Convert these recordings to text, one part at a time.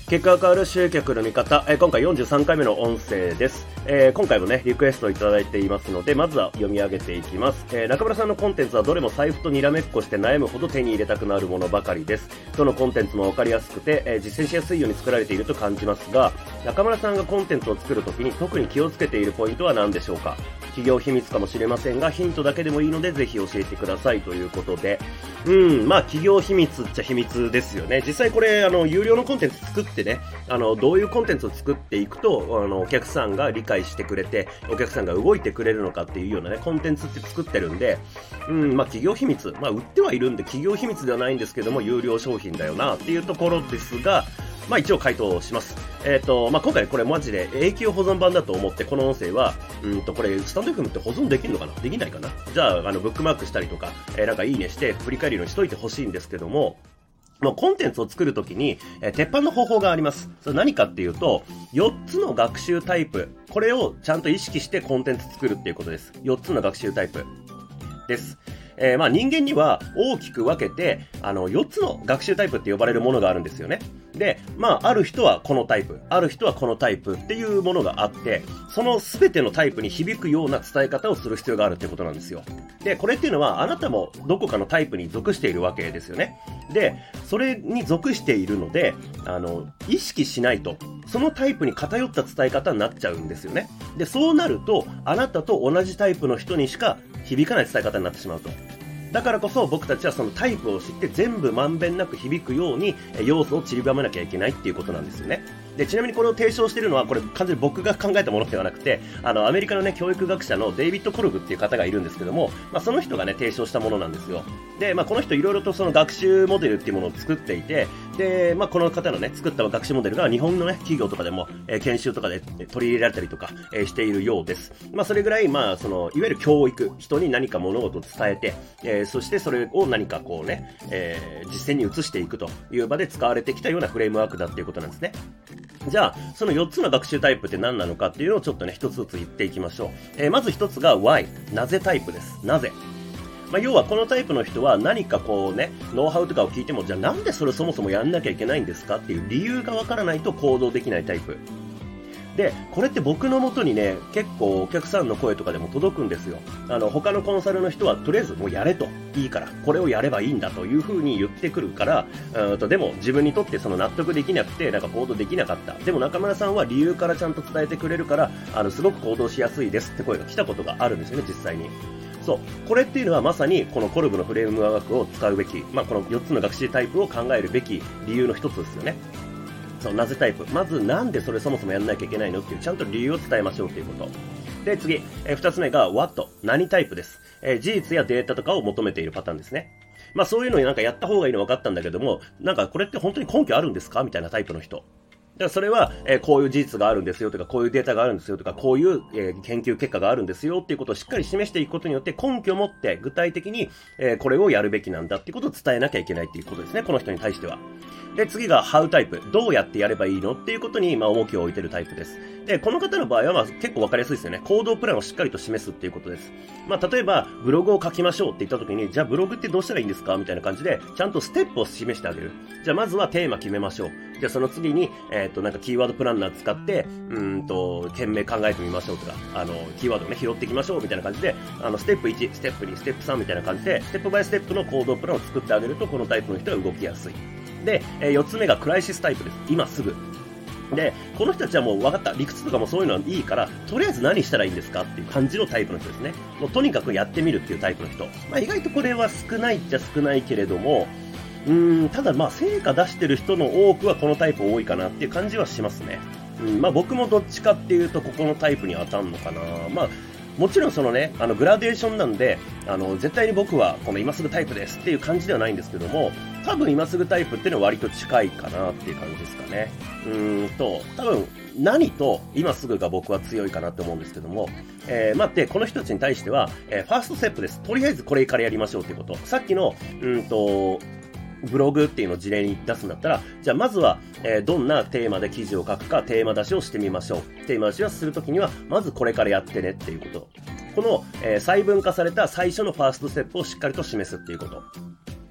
結果が変わる集客の見方、今回43回目の音声です。今回もね、リクエストをいただいていますので、まずは読み上げていきます。中村さんのコンテンツはどれも財布とにらめっこして悩むほど手に入れたくなるものばかりです。どのコンテンツもわかりやすくて、実践しやすいように作られていると感じますが、中村さんがコンテンツを作るときに特に気をつけているポイントは何でしょうか？企業秘密かもしれませんが、ヒントだけでもいいので、ぜひ教えてくださいということで、企業秘密っちゃ秘密ですよね。実際これ、有料のコンテンツ作ってね、どういうコンテンツを作っていくと、お客さんが理解してくれて、お客さんが動いてくれるのかっていうようなね、コンテンツって作ってるんで、企業秘密、売ってはいるんで、企業秘密ではないんですけども、有料商品だよなっていうところですが、一応回答します。今回これマジで永久保存版だと思って、この音声は、これ、スタンド FM って保存できるのかな？できないかな？じゃあ、ブックマークしたりとか、なんかいいねして、振り返るようにしといてほしいんですけども、コンテンツを作るときに、鉄板の方法があります。それ何かっていうと、4つの学習タイプ。これをちゃんと意識してコンテンツ作るっていうことです。4つの学習タイプです。人間には大きく分けて、4つの学習タイプって呼ばれるものがあるんですよね。で、ある人はこのタイプ、ある人はこのタイプっていうものがあって、その全てのタイプに響くような伝え方をする必要があるってことなんですよ。で、これっていうのは、あなたもどこかのタイプに属しているわけですよね。で、それに属しているので、意識しないと、そのタイプに偏った伝え方になっちゃうんですよね。で、そうなると、あなたと同じタイプの人にしか響かない伝え方になってしまうと。だからこそ僕たちはそのタイプを知って全部まんべんなく響くように要素を散りばめなきゃいけないっていうことなんですよね。で、ちなみにこれを提唱しているのは、これ完全に僕が考えたものではなくて、アメリカのね、教育学者のデイビッド・コルグっていう方がいるんですけども、その人がね、提唱したものなんですよ。で、この人いろいろとその学習モデルっていうものを作っていて、で、この方のね、作った学習モデルが日本のね、企業とかでも、研修とかで取り入れられたりとか、しているようです。それぐらい、いわゆる教育、人に何か物事を伝えて、そしてそれを何かこうね、実践に移していくという場で使われてきたようなフレームワークだっていうことなんですね。じゃあ、その4つの学習タイプって何なのかっていうのをちょっとね、一つずつ言っていきましょう。まず一つが Why、なぜタイプです。なぜ。要はこのタイプの人は何かこうね、ノウハウとかを聞いても、じゃあなんでそれそもそもやんなきゃいけないんですかっていう理由がわからないと行動できないタイプ。で、これって僕の元にね、結構お客さんの声とかでも届くんですよ。他のコンサルの人はとりあえずもうやれと、いいから、これをやればいいんだという風に言ってくるから、でも自分にとってその納得できなくて、なんか行動できなかった。でも中村さんは理由からちゃんと伝えてくれるから、すごく行動しやすいですって声が来たことがあるんですよね、実際に。そう。これっていうのはまさにこのコルブのフレームワークを使うべき、この4つの学習タイプを考えるべき理由の一つですよね。そう、なぜタイプ。まずなんでそれそもそもやんなきゃいけないのっていうちゃんと理由を伝えましょうということ。で、次、2つ目が What、何タイプです。事実やデータとかを求めているパターンですね。そういうのになんかやった方がいいの分かったんだけども、なんかこれって本当に根拠あるんですかみたいなタイプの人。だからそれは、こういう事実があるんですよとか、こういうデータがあるんですよとか、こういう、研究結果があるんですよっていうことをしっかり示していくことによって根拠を持って具体的に、これをやるべきなんだっていうことを伝えなきゃいけないっていうことですね、この人に対しては。で、次が How タイプ。どうやってやればいいのっていうことに、重きを置いているタイプです。で、この方の場合は、結構わかりやすいですよね。行動プランをしっかりと示すっていうことです。例えば、ブログを書きましょうって言った時に、じゃあブログってどうしたらいいんですかみたいな感じで、ちゃんとステップを示してあげる。じゃあまずはテーマ決めましょう。じゃあその次に、なんかキーワードプランナー使って、件名考えてみましょうとか、キーワードをね、拾っていきましょうみたいな感じで、ステップ1、ステップ2、ステップ3みたいな感じで、ステップバイステップの行動プランを作ってあげると、このタイプの人は動きやすい。で、4つ目がクライシスタイプです。今すぐ。で、この人たちはもう分かった。理屈とかもそういうのはいいから、とりあえず何したらいいんですかっていう感じのタイプの人ですね。もうとにかくやってみるっていうタイプの人。意外とこれは少ないっちゃ少ないけれども、ただ成果出してる人の多くはこのタイプ多いかなっていう感じはしますね。僕もどっちかっていうとここのタイプに当たるのかな。もちろんそのね、グラデーションなんで、絶対に僕はこの今すぐタイプですっていう感じではないんですけども、多分今すぐタイプっていうのは割と近いかなっていう感じですかね。多分何と今すぐが僕は強いかなって思うんですけども、で、この人たちに対しては、ファーストステップです。とりあえずこれからやりましょうっていうこと。さっきの、ブログっていうのを事例に出すんだったら、じゃあまずは、どんなテーマで記事を書くかテーマ出しをしてみましょう。テーマ出しをするときには、まずこれからやってねっていうこと。この、細分化された最初のファーストステップをしっかりと示すっていうこと。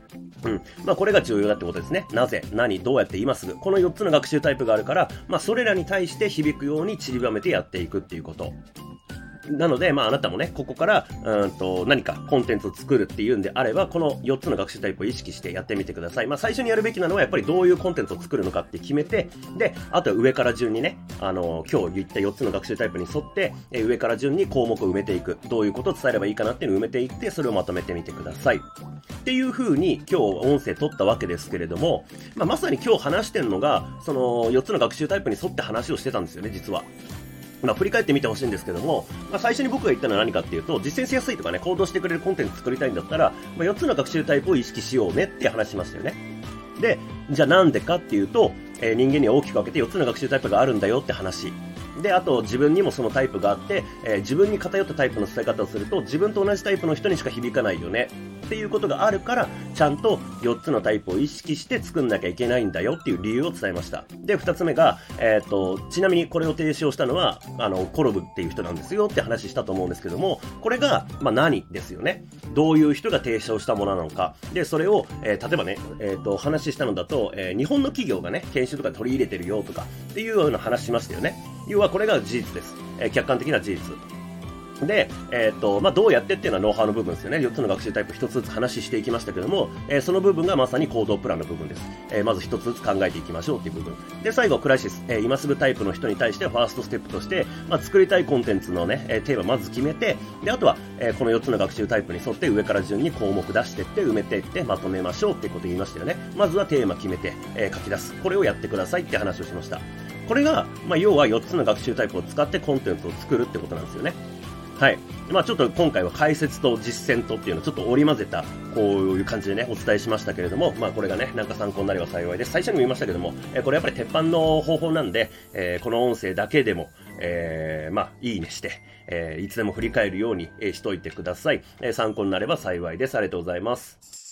これが重要だってことですね。なぜ、何、どうやって、今すぐ。この4つの学習タイプがあるから、それらに対して響くように散りばめてやっていくっていうこと。なので、あなたもね、ここから、何かコンテンツを作るっていうんであれば、この4つの学習タイプを意識してやってみてください。最初にやるべきなのは、やっぱりどういうコンテンツを作るのかって決めて、で、あとは上から順にね、今日言った4つの学習タイプに沿って、上から順に項目を埋めていく。どういうことを伝えればいいかなっていうのを埋めていって、それをまとめてみてください。っていう風に、今日音声取ったわけですけれども、まさに今日話してるのが、その4つの学習タイプに沿って話をしてたんですよね、実は。振り返ってみてほしいんですけども、最初に僕が言ったのは何かっていうと、実践しやすいとかね、行動してくれるコンテンツ作りたいんだったら、4つの学習タイプを意識しようねって話しましたよね。で、じゃあなんでかっていうと、人間には大きく分けて4つの学習タイプがあるんだよって話。で、あと自分にもそのタイプがあって、自分に偏ったタイプの伝え方をすると、自分と同じタイプの人にしか響かないよねっていうことがあるから、ちゃんと4つのタイプを意識して作んなきゃいけないんだよっていう理由を伝えました。で、2つ目が、ちなみにこれを提唱したのは、コロブっていう人なんですよって話したと思うんですけども、これが、何ですよね。どういう人が提唱したものなのか。で、それを、例えばね、話したのだと、日本の企業がね、研修とか取り入れてるよとかっていうような話しましたよね。要はこれが事実です。客観的な事実。で、どうやってっていうのはノウハウの部分ですよね。4つの学習タイプ1つずつ話していきましたけども、その部分がまさに行動プランの部分です。まず1つずつ考えていきましょうっていう部分。で、最後、クライシス。今すぐタイプの人に対してファーストステップとして、作りたいコンテンツのね、テーマまず決めて、で、あとは、この4つの学習タイプに沿って上から順に項目出してって、埋めていってまとめましょうっていうことを言いましたよね。まずはテーマ決めて、書き出す。これをやってくださいって話をしました。これが、要は4つの学習タイプを使ってコンテンツを作るってことなんですよね。はい。ちょっと今回は解説と実践とっていうのをちょっと織り交ぜた、こういう感じでね、お伝えしましたけれども、これがね、なんか参考になれば幸いです。最初にも言いましたけども、これやっぱり鉄板の方法なんで、この音声だけでも、いいねして、いつでも振り返るようにしといてください。参考になれば幸いです。ありがとうございます。